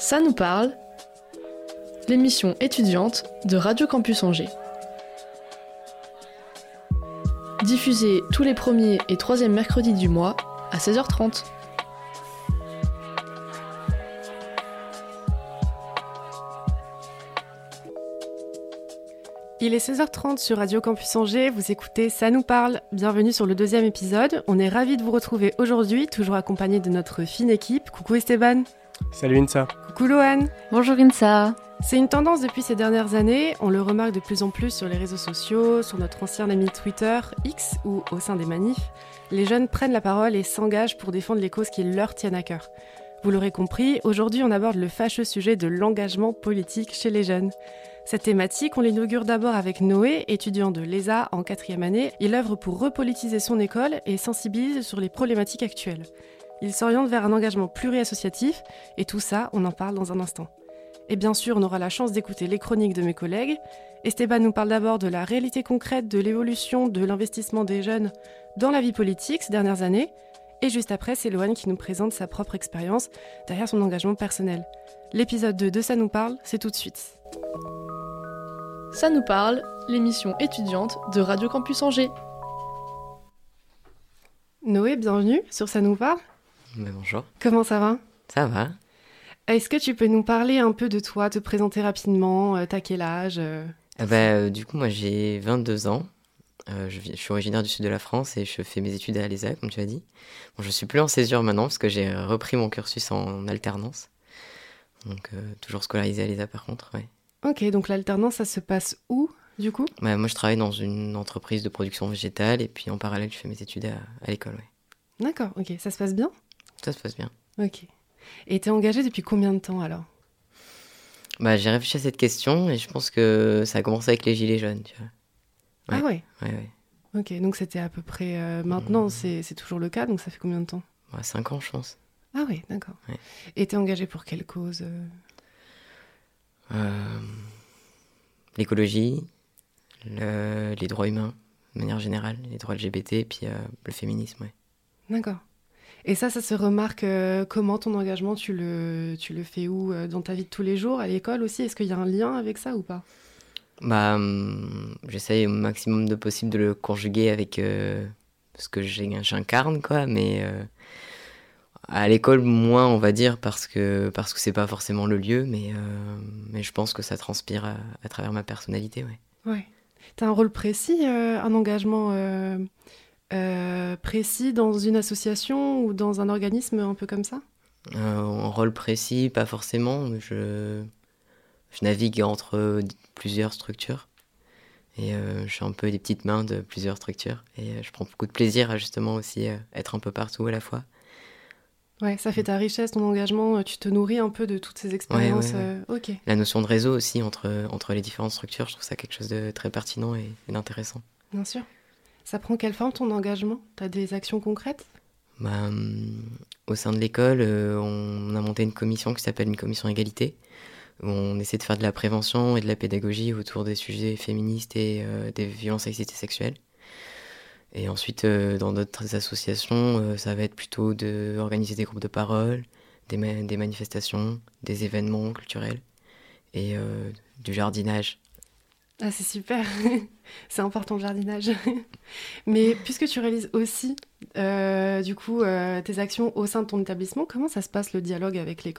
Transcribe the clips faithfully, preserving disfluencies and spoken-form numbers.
Ça nous parle, l'émission étudiante de Radio Campus Angers. Diffusée tous les premiers et troisièmes mercredis du mois à seize heures trente. Il est seize heures trente sur Radio Campus Angers, vous écoutez Ça nous parle. Bienvenue sur le deuxième épisode. On est ravis de vous retrouver aujourd'hui, toujours accompagnés de notre fine équipe. Coucou Esteban. Salut Insa. Coucou Lohan. Bonjour Insa. C'est une tendance depuis ces dernières années, on le remarque de plus en plus sur les réseaux sociaux, sur notre ancien ami Twitter, X ou au sein des manifs. Les jeunes prennent la parole et s'engagent pour défendre les causes qui leur tiennent à cœur. Vous l'aurez compris, aujourd'hui on aborde le fâcheux sujet de l'engagement politique chez les jeunes. Cette thématique, on l'inaugure d'abord avec Noé, étudiant de l'E S A en quatrième année. Il œuvre pour repolitiser son école et sensibilise sur les problématiques actuelles. Il s'oriente vers un engagement pluriassociatif et tout ça, on en parle dans un instant. Et bien sûr, on aura la chance d'écouter les chroniques de mes collègues. Esteban nous parle d'abord de la réalité concrète de l'évolution de l'investissement des jeunes dans la vie politique ces dernières années. Et juste après, c'est Lohan qui nous présente sa propre expérience derrière son engagement personnel. L'épisode deux de Ça nous parle, c'est tout de suite. Ça nous parle, l'émission étudiante de Radio Campus Angers. Noé, bienvenue sur Ça nous parle. Mais bonjour. Comment ça va ? Ça va. Est-ce que tu peux nous parler un peu de toi, te présenter rapidement, euh, t'as quel âge euh, ah bah, euh, Du coup, moi j'ai vingt-deux ans. Euh, je, vis, je suis originaire du sud de la France et je fais mes études à l'E S A, comme tu as dit. Bon, je suis plus en césure maintenant parce que j'ai repris mon cursus en alternance. Donc, euh, toujours scolarisé à l'E S A par contre, ouais. Ok, donc l'alternance, ça se passe où, du coup ? bah, Moi, je travaille dans une entreprise de production végétale et puis en parallèle, je fais mes études à, à l'école, ouais. D'accord, ok. Ça se passe bien ? Ça se passe bien. Ok. Et t'es engagée depuis combien de temps, alors ? bah, J'ai réfléchi à cette question et je pense que ça a commencé avec les Gilets jaunes, tu vois. Ouais. Ah ouais ? Ouais, ouais. Ok, donc c'était à peu près... Euh, maintenant, mmh. c'est, c'est toujours le cas, donc ça fait combien de temps ? bah, Cinq ans, je pense. Ah oui, d'accord. Ouais. Et t'es engagée pour quelle cause ? euh, L'écologie, le, les droits humains, de manière générale, les droits L G B T, et puis euh, le féminisme, ouais. D'accord. Et ça, ça se remarque euh, comment ton engagement, tu le, tu le fais où ? euh, Dans ta vie de tous les jours, à l'école aussi ? Est-ce qu'il y a un lien avec ça ou pas ? Bah, hum, j'essaye au maximum de possible de le conjuguer avec euh, ce que j'ai, j'incarne, quoi, mais euh, à l'école, moins, on va dire, parce que, parce que c'est pas forcément le lieu, mais, euh, mais je pense que ça transpire à, à travers ma personnalité, ouais. Ouais. T'as un rôle précis, euh, un engagement euh, euh, précis dans une association ou dans un organisme un peu comme ça ? Euh, un rôle précis, pas forcément, mais je, je navigue entre plusieurs structures. Et euh, je suis un peu des petites mains de plusieurs structures. Et euh, je prends beaucoup de plaisir à justement aussi euh, être un peu partout à la fois. Ouais, ça fait ta richesse, ton engagement, tu te nourris un peu de toutes ces expériences. Ouais, ouais, ouais. Euh, ok. La notion de réseau aussi entre, entre les différentes structures, je trouve ça quelque chose de très pertinent et, et d'intéressant. Bien sûr. Ça prend quelle forme ton engagement ? T'as des actions concrètes ? bah, hum, Au sein de l'école, euh, on a monté une commission qui s'appelle une commission égalité, où on essaie de faire de la prévention et de la pédagogie autour des sujets féministes et euh, des violences sexistes et sexuelles. Et ensuite, euh, dans d'autres associations, euh, ça va être plutôt d'organiser des groupes de parole, des, ma- des manifestations, des événements culturels et euh, du jardinage. Ah, c'est super. C'est important le jardinage. Mais puisque tu réalises aussi, euh, du coup, euh, tes actions au sein de ton établissement, comment ça se passe le dialogue avec l'école ?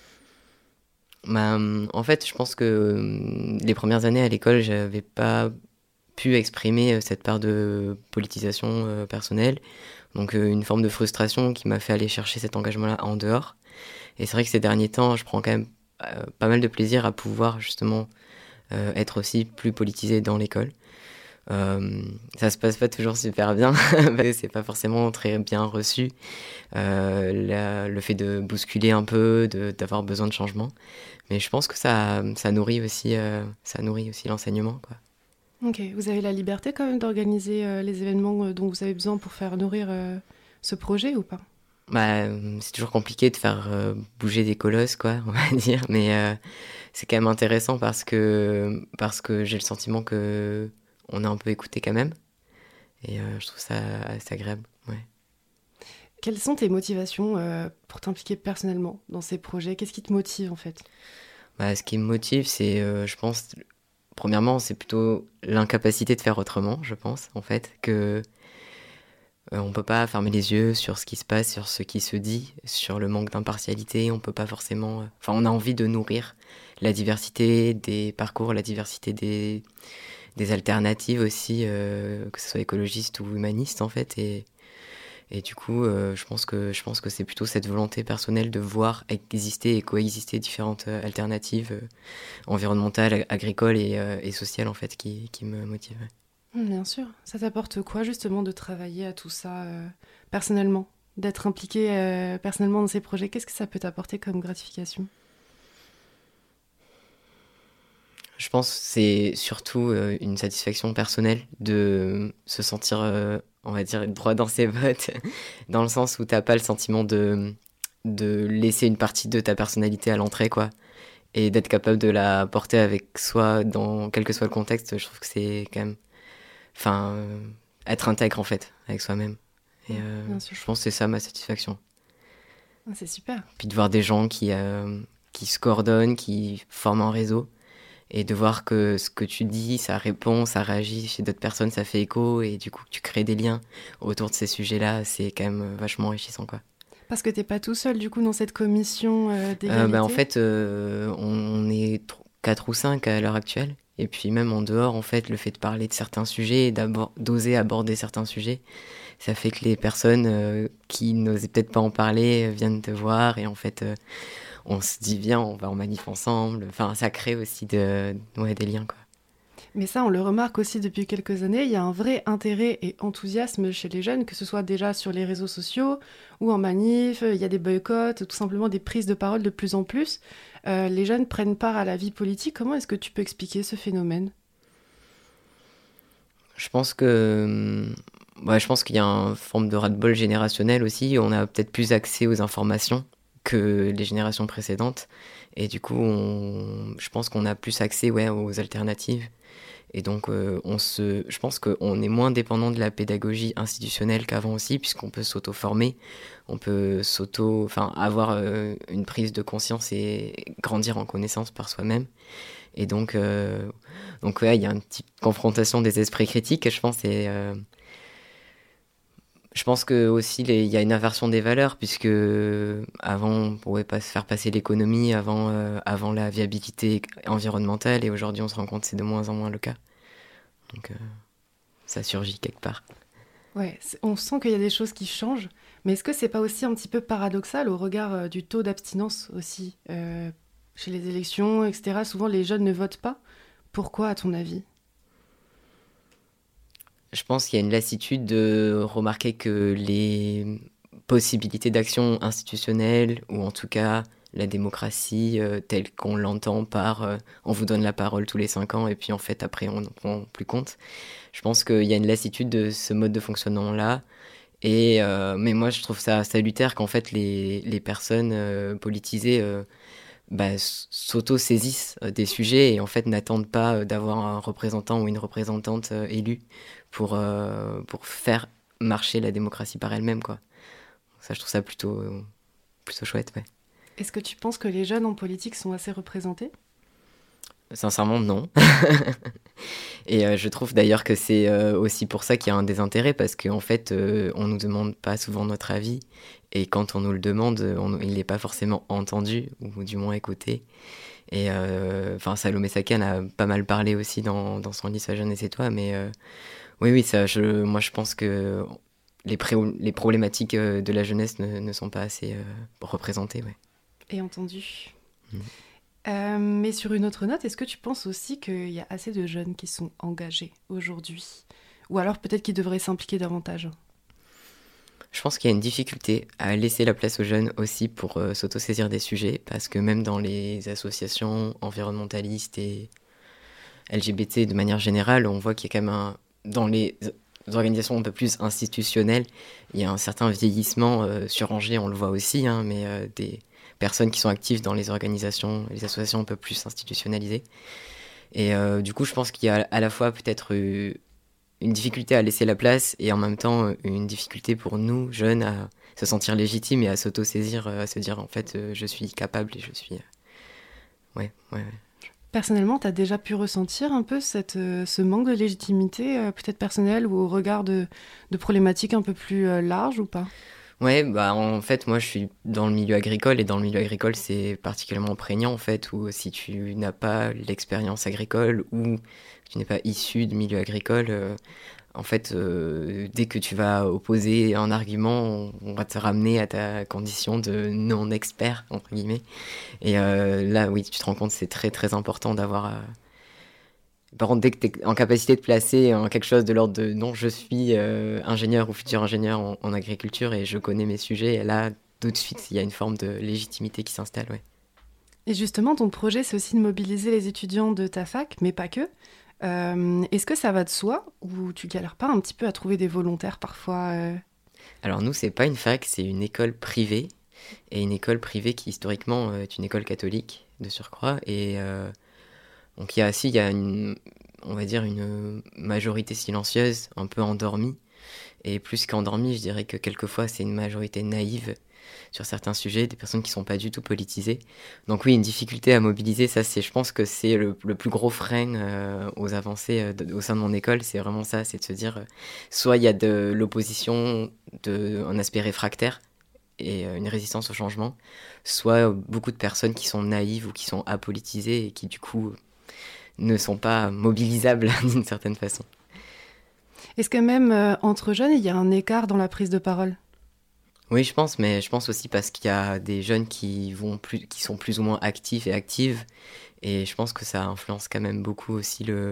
Bah, hum, en fait, je pense que hum, les premières années à l'école, j'avais pas pu exprimer cette part de politisation euh, personnelle. Donc euh, une forme de frustration qui m'a fait aller chercher cet engagement-là en dehors. Et c'est vrai que ces derniers temps, je prends quand même euh, pas mal de plaisir à pouvoir justement euh, être aussi plus politisé dans l'école. Euh, ça se passe pas toujours super bien, parce que c'est pas forcément très bien reçu. Euh, la, le fait de bousculer un peu, de, d'avoir besoin de changement. Mais je pense que ça, ça nourrit aussi, euh, ça nourrit aussi l'enseignement, quoi. Ok, vous avez la liberté quand même d'organiser euh, les événements euh, dont vous avez besoin pour faire nourrir euh, ce projet ou pas ? Bah, c'est toujours compliqué de faire euh, bouger des colosses, quoi, on va dire, mais euh, c'est quand même intéressant parce que, parce que j'ai le sentiment que on est un peu écouté quand même, et euh, je trouve ça assez agréable, ouais. Quelles sont tes motivations euh, pour t'impliquer personnellement dans ces projets? Qu'est-ce qui te motive en fait? Bah, ce qui me motive, c'est, euh, je pense, premièrement, c'est plutôt l'incapacité de faire autrement, je pense, en fait, que euh, on peut pas fermer les yeux sur ce qui se passe, sur ce qui se dit, sur le manque d'impartialité. On peut pas forcément. euh, Enfin, on a envie de nourrir la diversité des parcours, la diversité des, des alternatives aussi, euh, que ce soit écologiste ou humaniste, en fait. Et, et du coup, euh, je pense que je pense que c'est plutôt cette volonté personnelle de voir exister et coexister différentes euh, alternatives euh, environnementales, agricoles et, euh, et sociales, en fait, qui, qui me motivent. Hum, Bien sûr. Ça t'apporte quoi justement de travailler à tout ça euh, personnellement? D'être impliqué euh, personnellement dans ces projets? Qu'est-ce que ça peut t'apporter comme gratification? Je pense que c'est surtout euh, une satisfaction personnelle de se sentir, euh, on va dire, droit dans ses bottes, dans le sens où t'as pas le sentiment de, de laisser une partie de ta personnalité à l'entrée, quoi, et d'être capable de la porter avec soi dans quel que soit le contexte. Je trouve que c'est quand même, enfin, euh, être intègre en fait avec soi-même. Et euh, Bien sûr. je pense que c'est ça ma satisfaction. Ah, c'est super. Puis de voir des gens qui, euh, qui se coordonnent, qui forment un réseau. Et de voir que ce que tu dis, ça répond, ça réagit chez d'autres personnes, ça fait écho, et du coup, tu crées des liens autour de ces sujets-là, c'est quand même vachement enrichissant, quoi. Parce que t'es pas tout seul du coup dans cette commission euh, d'égalité. Euh, bah, en fait, euh, on, on est tr- quatre ou cinq à l'heure actuelle, et puis même en dehors, en fait, le fait de parler de certains sujets, et d'abord, d'oser aborder certains sujets, ça fait que les personnes euh, qui n'osaient peut-être pas en parler euh, viennent te voir, et en fait... euh, on se dit viens, on va en manif ensemble. Enfin, ça crée aussi de, ouais, des liens, quoi. Mais ça, on le remarque aussi depuis quelques années, il y a un vrai intérêt et enthousiasme chez les jeunes, que ce soit déjà sur les réseaux sociaux ou en manif, il y a des boycotts, tout simplement des prises de parole de plus en plus. Euh, les jeunes prennent part à la vie politique. Comment est-ce que tu peux expliquer ce phénomène? Je pense que, ouais, je pense qu'il y a une forme de ras-le-bol générationnel aussi. On a peut-être plus accès aux informations que les générations précédentes. Et du coup, on, je pense qu'on a plus accès, ouais, aux alternatives. Et donc, euh, on se, je pense qu'on est moins dépendant de la pédagogie institutionnelle qu'avant aussi, puisqu'on peut s'auto-former, on peut s'auto, enfin, avoir euh, une prise de conscience et grandir en connaissance par soi-même. Et donc, euh, donc ouais, il y a une petite confrontation des esprits critiques, je pense. Et euh, je pense que aussi les- il y a une inversion des valeurs, puisque avant on pouvait pas se faire passer l'économie avant, euh, avant la viabilité environnementale, et aujourd'hui on se rend compte que c'est de moins en moins le cas. Donc euh, ça surgit quelque part. Ouais, c'est- on sent qu'il y a des choses qui changent, mais est-ce que c'est pas aussi un petit peu paradoxal au regard euh, du taux d'abstinence aussi euh, chez les élections, et cetera. Souvent les jeunes ne votent pas. Pourquoi, à ton avis? Je pense qu'il y a une lassitude de remarquer que les possibilités d'action institutionnelle, ou en tout cas la démocratie euh, telle qu'on l'entend par euh, on vous donne la parole tous les cinq ans et puis en fait après on n'en prend plus compte. Je pense qu'il y a une lassitude de ce mode de fonctionnement-là. Et, euh, mais moi je trouve ça salutaire qu'en fait les, les personnes euh, politisées euh, bah, s- s'auto-saisissent euh, des sujets et en fait n'attendent pas euh, d'avoir un représentant ou une représentante euh, élue pour, euh, pour faire marcher la démocratie par elle-même, quoi. Ça, je trouve ça plutôt, euh, plutôt chouette, ouais. Est-ce que tu penses que les jeunes en politique sont assez représentés? Sincèrement, non. Et euh, je trouve d'ailleurs que c'est euh, aussi pour ça qu'il y a un désintérêt, parce qu'en fait, euh, on nous demande pas souvent notre avis, et quand on nous le demande, on- il n'est pas forcément entendu, ou du moins écouté. Et euh, enfin, Salomé Saké en a pas mal parlé aussi dans, dans son livre Sois jeune et c'est toi, mais euh, oui, oui, ça, je, moi je pense que les, pré- les problématiques euh, de la jeunesse ne, ne sont pas assez euh, représentées, ouais. Et entendu. Mm. Euh, mais sur une autre note, est-ce que tu penses aussi qu'il y a assez de jeunes qui sont engagés aujourd'hui? Ou alors peut-être qu'ils devraient s'impliquer davantage? Je pense qu'il y a une difficulté à laisser la place aux jeunes aussi pour euh, s'autosaisir des sujets, parce que même dans les associations environnementalistes et L G B T de manière générale, on voit qu'il y a quand même un... Dans les organisations un peu plus institutionnelles, il y a un certain vieillissement euh, sur Angers, on le voit aussi, hein, mais euh, des personnes qui sont actives dans les organisations, les associations un peu plus institutionnalisées. Et euh, du coup, je pense qu'il y a à la fois peut-être eu une difficulté à laisser la place et en même temps une difficulté pour nous, jeunes, à se sentir légitimes et à s'auto-saisir, à se dire en fait je suis capable et je suis... Ouais, ouais, ouais. Personnellement, tu as déjà pu ressentir un peu cette, euh, ce manque de légitimité, euh, peut-être personnelle ou au regard de, de problématiques un peu plus euh, larges ou pas ? Ouais, bah en fait, moi je suis dans le milieu agricole et dans le milieu agricole c'est particulièrement prégnant en fait, où si tu n'as pas l'expérience agricole ou tu n'es pas issu du milieu agricole, euh, en fait, euh, dès que tu vas opposer un argument, on, on va te ramener à ta condition de non-expert, entre guillemets. Et euh, là, oui, tu te rends compte, c'est très très important d'avoir... Euh... Par contre, dès que tu es en capacité de placer en quelque chose de l'ordre de non, je suis euh, ingénieur ou futur ingénieur en, en agriculture et je connais mes sujets, et là, tout de suite, il y a une forme de légitimité qui s'installe, ouais. Et justement, ton projet, c'est aussi de mobiliser les étudiants de ta fac, mais pas que. Euh, est-ce que ça va de soi ou tu galères pas un petit peu à trouver des volontaires parfois euh... Alors nous, c'est pas une fac, c'est une école privée. Et une école privée qui historiquement est une école catholique de surcroît. Et euh, donc il y a aussi, il y a une, on va dire une majorité silencieuse, un peu endormie. Et plus qu'endormie, je dirais que quelquefois c'est une majorité naïve sur certains sujets, des personnes qui sont pas du tout politisées. Donc oui, une difficulté à mobiliser, ça c'est, je pense que c'est le, le plus gros frein euh, aux avancées euh, de, au sein de mon école, c'est vraiment ça, c'est de se dire, euh, soit il y a de l'opposition, de, un aspect réfractaire, et euh, une résistance au changement, soit euh, beaucoup de personnes qui sont naïves ou qui sont apolitisées et qui du coup ne sont pas mobilisables d'une certaine façon. Est-ce que même euh, entre jeunes, il y a un écart dans la prise de parole ? Oui, je pense, mais je pense aussi parce qu'il y a des jeunes qui, vont plus, qui sont plus ou moins actifs et actives, et je pense que ça influence quand même beaucoup aussi le,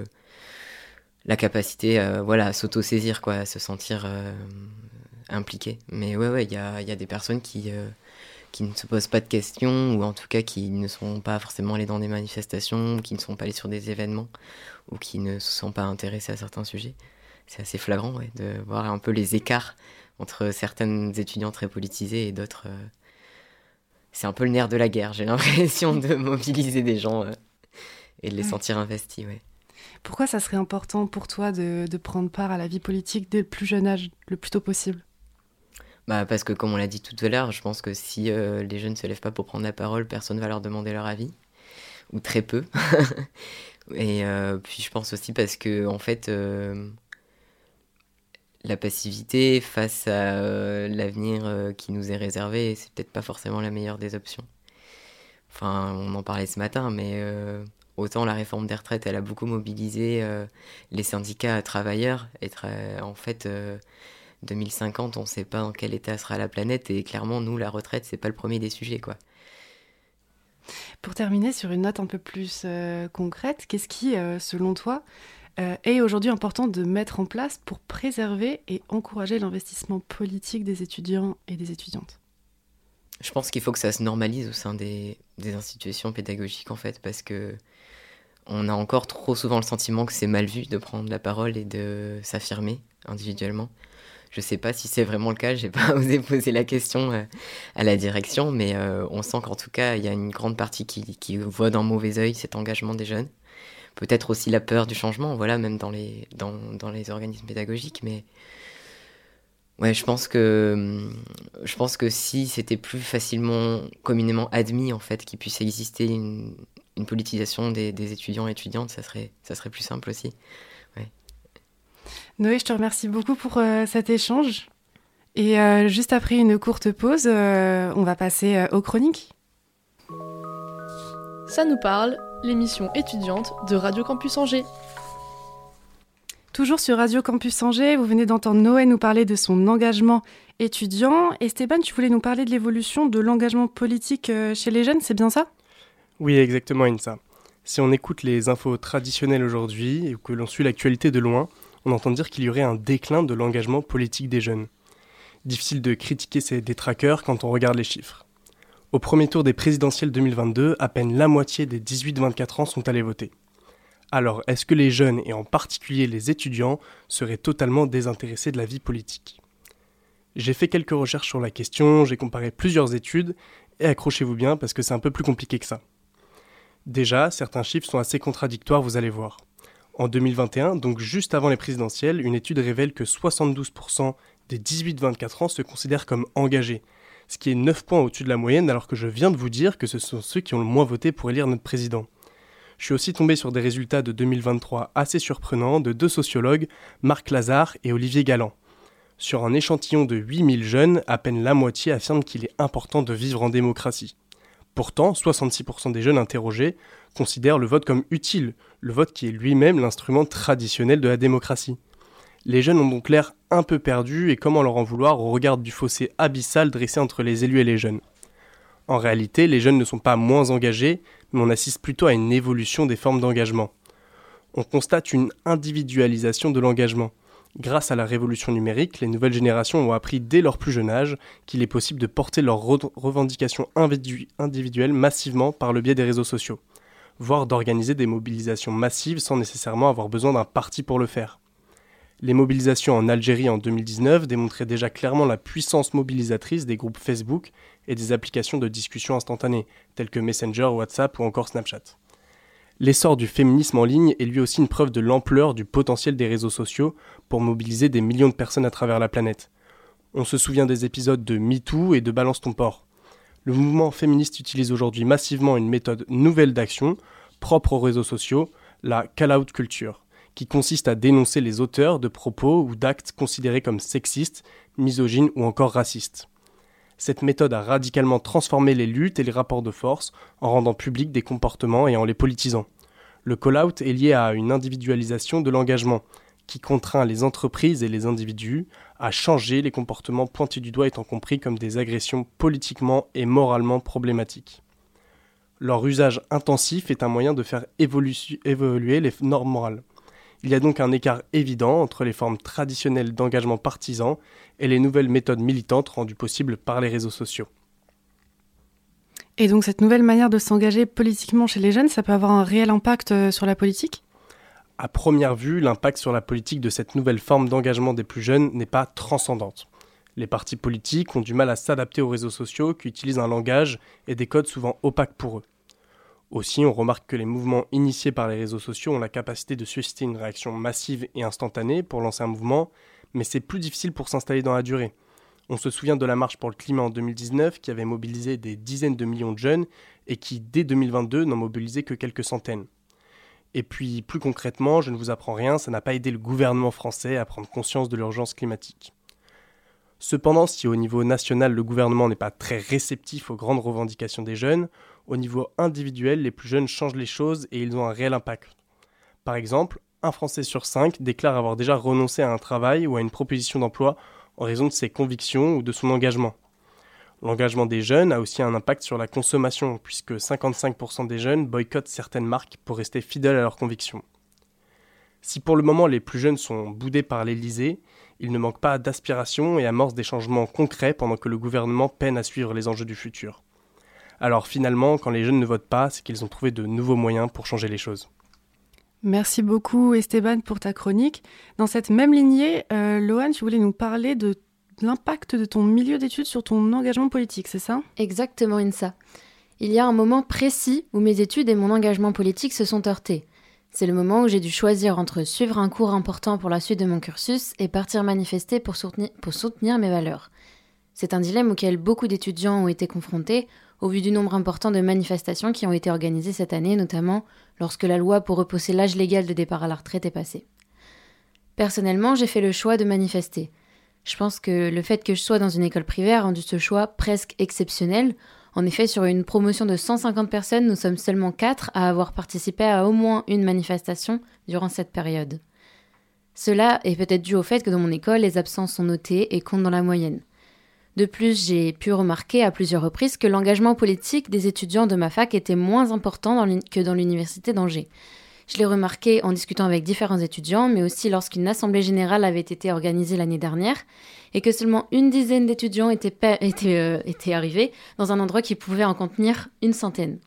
la capacité euh, voilà, à s'auto-saisir, quoi, à se sentir euh, impliqué. Mais ouais, ouais, il y a, y a des personnes qui, euh, qui ne se posent pas de questions, ou en tout cas qui ne sont pas forcément allées dans des manifestations, qui ne sont pas allées sur des événements, ou qui ne se sont pas intéressés à certains sujets. C'est assez flagrant, ouais, de voir un peu les écarts entre certaines étudiants très politisées et d'autres. Euh... C'est un peu le nerf de la guerre, j'ai l'impression de mobiliser des gens euh, et de les ouais. sentir investis. Ouais. Pourquoi ça serait important pour toi de, de prendre part à la vie politique dès le plus jeune âge, le plus tôt possible ? Bah parce que comme on l'a dit tout à l'heure, je pense que si euh, les jeunes ne se lèvent pas pour prendre la parole, personne ne va leur demander leur avis, ou très peu. Et euh, puis je pense aussi parce que en fait... Euh... la passivité face à euh, l'avenir euh, qui nous est réservé, c'est peut-être pas forcément la meilleure des options. Enfin, on en parlait ce matin, mais euh, autant la réforme des retraites, elle a beaucoup mobilisé euh, les syndicats travailleurs. Et tra- en fait, euh, deux mille cinquante, on ne sait pas dans quel état sera la planète, et clairement, nous, la retraite, c'est pas le premier des sujets, quoi. Pour terminer sur une note un peu plus euh, concrète, qu'est-ce qui, euh, selon toi, Euh, est aujourd'hui important de mettre en place pour préserver et encourager l'investissement politique des étudiants et des étudiantes ? Je pense qu'il faut que ça se normalise au sein des, des institutions pédagogiques, en fait, parce que on a encore trop souvent le sentiment que c'est mal vu de prendre la parole et de s'affirmer individuellement. Je sais pas si c'est vraiment le cas, j'ai pas osé poser la question euh, à la direction, mais euh, on sent qu'en tout cas, il y a une grande partie qui, qui voit d'un mauvais œil cet engagement des jeunes. Peut-être aussi la peur du changement, voilà, même dans les, dans, dans les organismes pédagogiques, mais ouais, je pense que, je pense que si c'était plus facilement, communément admis, en fait, qu'il puisse exister une, une politisation des, des étudiants et étudiantes, ça serait, ça serait plus simple aussi. Ouais. Noé, je te remercie beaucoup pour euh, cet échange. Et euh, juste après une courte pause, euh, on va passer euh, aux chroniques. Ça nous parle, l'émission étudiante de Radio Campus Angers. Toujours sur Radio Campus Angers, vous venez d'entendre Noé nous parler de son engagement étudiant. Esteban, tu voulais nous parler de l'évolution de l'engagement politique chez les jeunes, c'est bien ça ? Oui, exactement, Insa. Si on écoute les infos traditionnelles aujourd'hui et que l'on suit l'actualité de loin, on entend dire qu'il y aurait un déclin de l'engagement politique des jeunes. Difficile de critiquer ces détraqueurs quand on regarde les chiffres. Au premier tour des présidentielles deux mille vingt-deux, à peine la moitié des dix-huit vingt-quatre ans sont allés voter. Alors, est-ce que les jeunes, et en particulier les étudiants, seraient totalement désintéressés de la vie politique ? J'ai fait quelques recherches sur la question, j'ai comparé plusieurs études, et accrochez-vous bien parce que c'est un peu plus compliqué que ça. Déjà, certains chiffres sont assez contradictoires, vous allez voir. En deux mille vingt et un, donc juste avant les présidentielles, une étude révèle que soixante-douze pour cent des dix-huit vingt-quatre ans se considèrent comme engagés, ce qui est neuf points au-dessus de la moyenne, alors que je viens de vous dire que ce sont ceux qui ont le moins voté pour élire notre président. Je suis aussi tombé sur des résultats de deux mille vingt-trois assez surprenants de deux sociologues, Marc Lazare et Olivier Galland. Sur un échantillon de huit mille jeunes, à peine la moitié affirme qu'il est important de vivre en démocratie. Pourtant, soixante-six pour cent des jeunes interrogés considèrent le vote comme utile, le vote qui est lui-même l'instrument traditionnel de la démocratie. Les jeunes ont donc l'air un peu perdus et comment leur en vouloir au regard du fossé abyssal dressé entre les élus et les jeunes. En réalité, les jeunes ne sont pas moins engagés, mais on assiste plutôt à une évolution des formes d'engagement. On constate une individualisation de l'engagement. Grâce à la révolution numérique, les nouvelles générations ont appris dès leur plus jeune âge qu'il est possible de porter leurs re- revendications individu- individuelles massivement par le biais des réseaux sociaux, voire d'organiser des mobilisations massives sans nécessairement avoir besoin d'un parti pour le faire. Les mobilisations en Algérie en deux mille dix-neuf démontraient déjà clairement la puissance mobilisatrice des groupes Facebook et des applications de discussion instantanée, telles que Messenger, WhatsApp ou encore Snapchat. L'essor du féminisme en ligne est lui aussi une preuve de l'ampleur du potentiel des réseaux sociaux pour mobiliser des millions de personnes à travers la planète. On se souvient des épisodes de MeToo et de Balance ton porc. Le mouvement féministe utilise aujourd'hui massivement une méthode nouvelle d'action, propre aux réseaux sociaux, la call-out culture, qui consiste à dénoncer les auteurs de propos ou d'actes considérés comme sexistes, misogynes ou encore racistes. Cette méthode a radicalement transformé les luttes et les rapports de force en rendant publics des comportements et en les politisant. Le call-out est lié à une individualisation de l'engagement, qui contraint les entreprises et les individus à changer les comportements pointés du doigt étant compris comme des agressions politiquement et moralement problématiques. Leur usage intensif est un moyen de faire évolu- évoluer les normes morales. Il y a donc un écart évident entre les formes traditionnelles d'engagement partisan et les nouvelles méthodes militantes rendues possibles par les réseaux sociaux. Et donc cette nouvelle manière de s'engager politiquement chez les jeunes, ça peut avoir un réel impact sur la politique ? À première vue, l'impact sur la politique de cette nouvelle forme d'engagement des plus jeunes n'est pas transcendante. Les partis politiques ont du mal à s'adapter aux réseaux sociaux qui utilisent un langage et des codes souvent opaques pour eux. Aussi, on remarque que les mouvements initiés par les réseaux sociaux ont la capacité de susciter une réaction massive et instantanée pour lancer un mouvement, mais c'est plus difficile pour s'installer dans la durée. On se souvient de la marche pour le climat en deux mille dix-neuf qui avait mobilisé des dizaines de millions de jeunes et qui, dès deux mille vingt-deux, n'en mobilisait que quelques centaines. Et puis, plus concrètement, je ne vous apprends rien, ça n'a pas aidé le gouvernement français à prendre conscience de l'urgence climatique. Cependant, si au niveau national, le gouvernement n'est pas très réceptif aux grandes revendications des jeunes, au niveau individuel, les plus jeunes changent les choses et ils ont un réel impact. Par exemple, un Français sur cinq déclare avoir déjà renoncé à un travail ou à une proposition d'emploi en raison de ses convictions ou de son engagement. L'engagement des jeunes a aussi un impact sur la consommation, puisque cinquante-cinq pour cent des jeunes boycottent certaines marques pour rester fidèles à leurs convictions. Si pour le moment les plus jeunes sont boudés par l'Élysée, ils ne manquent pas d'aspiration et amorcent des changements concrets pendant que le gouvernement peine à suivre les enjeux du futur. Alors finalement, quand les jeunes ne votent pas, c'est qu'ils ont trouvé de nouveaux moyens pour changer les choses. Merci beaucoup Esteban pour ta chronique. Dans cette même lignée, euh, Loane, tu voulais nous parler de l'impact de ton milieu d'études sur ton engagement politique, c'est ça ? Exactement, Insa. Il y a un moment précis où mes études et mon engagement politique se sont heurtés. C'est le moment où j'ai dû choisir entre suivre un cours important pour la suite de mon cursus et partir manifester pour soutenir, pour soutenir mes valeurs. C'est un dilemme auquel beaucoup d'étudiants ont été confrontés au vu du nombre important de manifestations qui ont été organisées cette année, notamment lorsque la loi pour repousser l'âge légal de départ à la retraite est passée. Personnellement, j'ai fait le choix de manifester. Je pense que le fait que je sois dans une école privée a rendu ce choix presque exceptionnel. En effet, sur une promotion de cent cinquante personnes, nous sommes seulement quatre à avoir participé à au moins une manifestation durant cette période. Cela est peut-être dû au fait que dans mon école, les absences sont notées et comptent dans la moyenne. De plus, j'ai pu remarquer à plusieurs reprises que l'engagement politique des étudiants de ma fac était moins important dans l'uni- que dans l'université d'Angers. Je l'ai remarqué en discutant avec différents étudiants, mais aussi lorsqu'une assemblée générale avait été organisée l'année dernière et que seulement une dizaine d'étudiants étaient, pa- étaient, euh, étaient arrivés dans un endroit qui pouvait en contenir une centaine.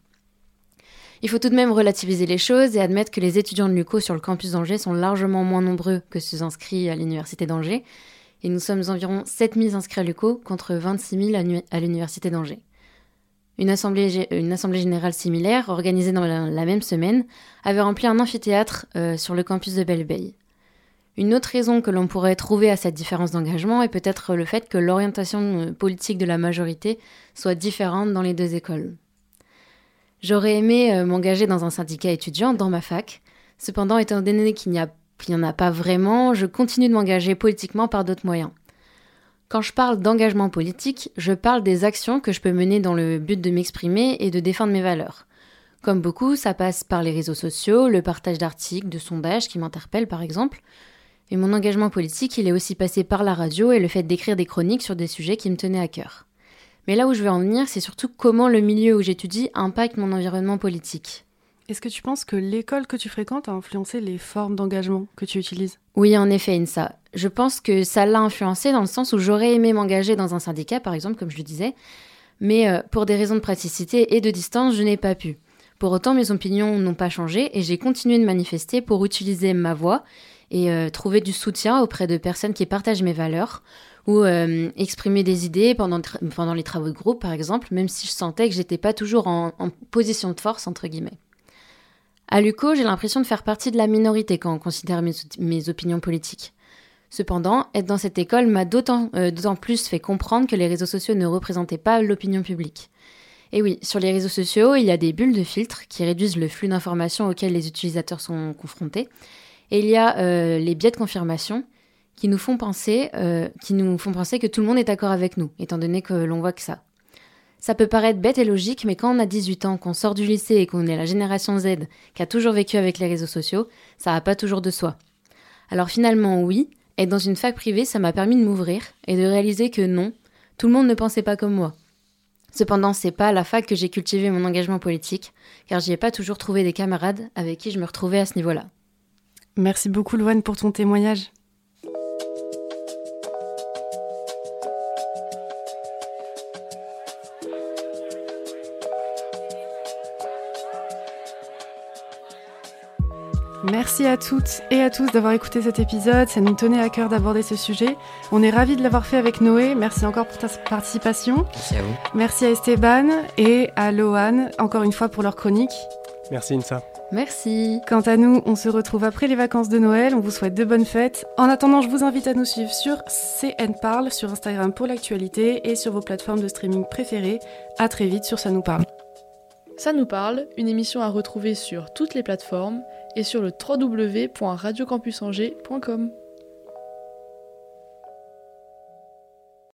Il faut tout de même relativiser les choses et admettre que les étudiants de l'U Q O sur le campus d'Angers sont largement moins nombreux que ceux inscrits à l'université d'Angers, et nous sommes environ sept mille inscrits à l'U Q O contre vingt-six mille à l'université d'Angers. Une assemblée, une assemblée générale similaire, organisée dans la, la même semaine, avait rempli un amphithéâtre euh, sur le campus de Belle-Beille. Une autre raison que l'on pourrait trouver à cette différence d'engagement est peut-être le fait que l'orientation politique de la majorité soit différente dans les deux écoles. J'aurais aimé euh, m'engager dans un syndicat étudiant dans ma fac. Cependant, étant donné qu'il n'y a, qu'il n'y en a pas vraiment, je continue de m'engager politiquement par d'autres moyens. Quand je parle d'engagement politique, je parle des actions que je peux mener dans le but de m'exprimer et de défendre mes valeurs. Comme beaucoup, ça passe par les réseaux sociaux, le partage d'articles, de sondages qui m'interpellent par exemple. Et mon engagement politique, il est aussi passé par la radio et le fait d'écrire des chroniques sur des sujets qui me tenaient à cœur. Mais là où je veux en venir, c'est surtout comment le milieu où j'étudie impacte mon environnement politique. Est-ce que tu penses que l'école que tu fréquentes a influencé les formes d'engagement que tu utilises ? Oui, en effet, Insa. Je pense que ça l'a influencé dans le sens où j'aurais aimé m'engager dans un syndicat, par exemple, comme je le disais, mais euh, pour des raisons de praticité et de distance, je n'ai pas pu. Pour autant, mes opinions n'ont pas changé et j'ai continué de manifester pour utiliser ma voix et euh, trouver du soutien auprès de personnes qui partagent mes valeurs ou euh, exprimer des idées pendant, tra- pendant les travaux de groupe, par exemple, même si je sentais que j'étais pas toujours en, en position de force, entre guillemets. À l'U Q O, j'ai l'impression de faire partie de la minorité quand on considère mes, mes opinions politiques. Cependant, être dans cette école m'a d'autant, euh, d'autant plus fait comprendre que les réseaux sociaux ne représentaient pas l'opinion publique. Et oui, sur les réseaux sociaux, il y a des bulles de filtres qui réduisent le flux d'informations auxquelles les utilisateurs sont confrontés. Et il y a euh, les biais de confirmation qui nous font penser, euh, qui nous font penser que tout le monde est d'accord avec nous, étant donné que l'on voit que ça. Ça peut paraître bête et logique, mais quand on a dix-huit ans, qu'on sort du lycée et qu'on est la génération Z qui a toujours vécu avec les réseaux sociaux, ça va pas toujours de soi. Alors finalement, oui, être dans une fac privée, ça m'a permis de m'ouvrir et de réaliser que non, tout le monde ne pensait pas comme moi. Cependant, c'est pas à la fac que j'ai cultivé mon engagement politique, car j'y ai pas toujours trouvé des camarades avec qui je me retrouvais à ce niveau-là. Merci beaucoup, Louane, pour ton témoignage. Merci à toutes et à tous d'avoir écouté cet épisode, ça nous tenait à cœur d'aborder ce sujet. On est ravis de l'avoir fait avec Noé, merci encore pour ta participation. Merci à vous. Merci à Esteban et à Lohan, encore une fois pour leur chronique. Merci Insa. Merci. Quant à nous, on se retrouve après les vacances de Noël, on vous souhaite de bonnes fêtes. En attendant, je vous invite à nous suivre sur C N Parle, sur Instagram pour l'actualité et sur vos plateformes de streaming préférées. À très vite sur Ça nous parle. Ça nous parle, une émission à retrouver sur toutes les plateformes et sur le w w w point radio campus angers point com.